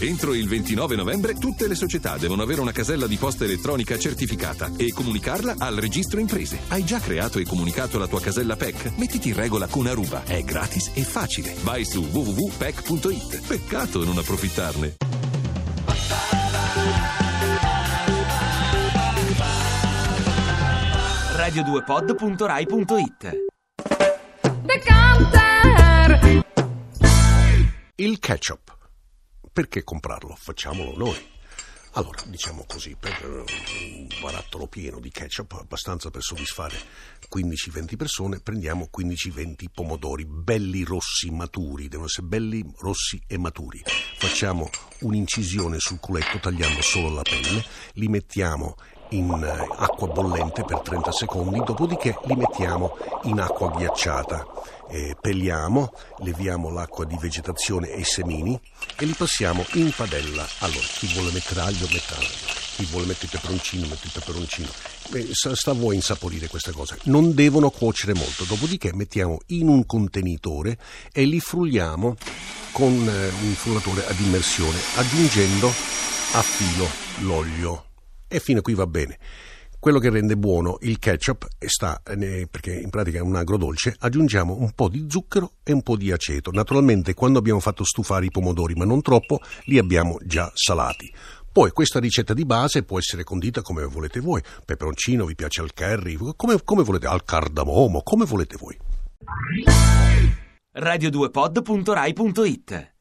Entro il 29 novembre tutte le società devono avere una casella di posta elettronica certificata e comunicarla al registro imprese. Hai già creato e comunicato la tua casella PEC? Mettiti in regola con Aruba. È gratis e facile. Vai su www.pec.it. Peccato non approfittarne. radio2pod.rai.it. Il ketchup. Perché comprarlo? Facciamolo noi. Allora, diciamo così, per un barattolo pieno di ketchup, abbastanza per soddisfare 15-20 persone, prendiamo 15-20 pomodori, belli rossi, maturi, devono essere belli rossi e maturi. Facciamo un'incisione sul culetto tagliando solo la pelle, li mettiamo in acqua bollente per 30 secondi, dopodiché li mettiamo in acqua ghiacciata. Peliamo, leviamo l'acqua di vegetazione e i semini e li passiamo in padella. Allora, chi vuole mettere aglio, mette aglio, chi vuole mettere il peperoncino, mette il peperoncino. Sta a voi insaporire queste cose. Non devono cuocere molto, dopodiché mettiamo in un contenitore e li frulliamo con un frullatore ad immersione, aggiungendo a filo l'olio. E fino a qui va bene. Quello che rende buono il ketchup perché in pratica è un agrodolce, aggiungiamo un po' di zucchero e un po' di aceto. Naturalmente quando abbiamo fatto stufare i pomodori, ma non troppo, li abbiamo già salati. Poi questa ricetta di base può essere condita come volete voi. Peperoncino, vi piace al curry, come volete, al cardamomo, come volete voi. radio2pod.rai.it